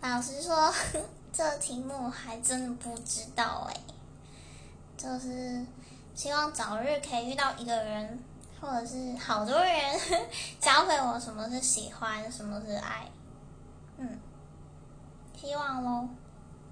老实说，这题目还真的不知道就是希望早日可以遇到一个人，或者是好多人教会我什么是喜欢，什么是爱。希望咯。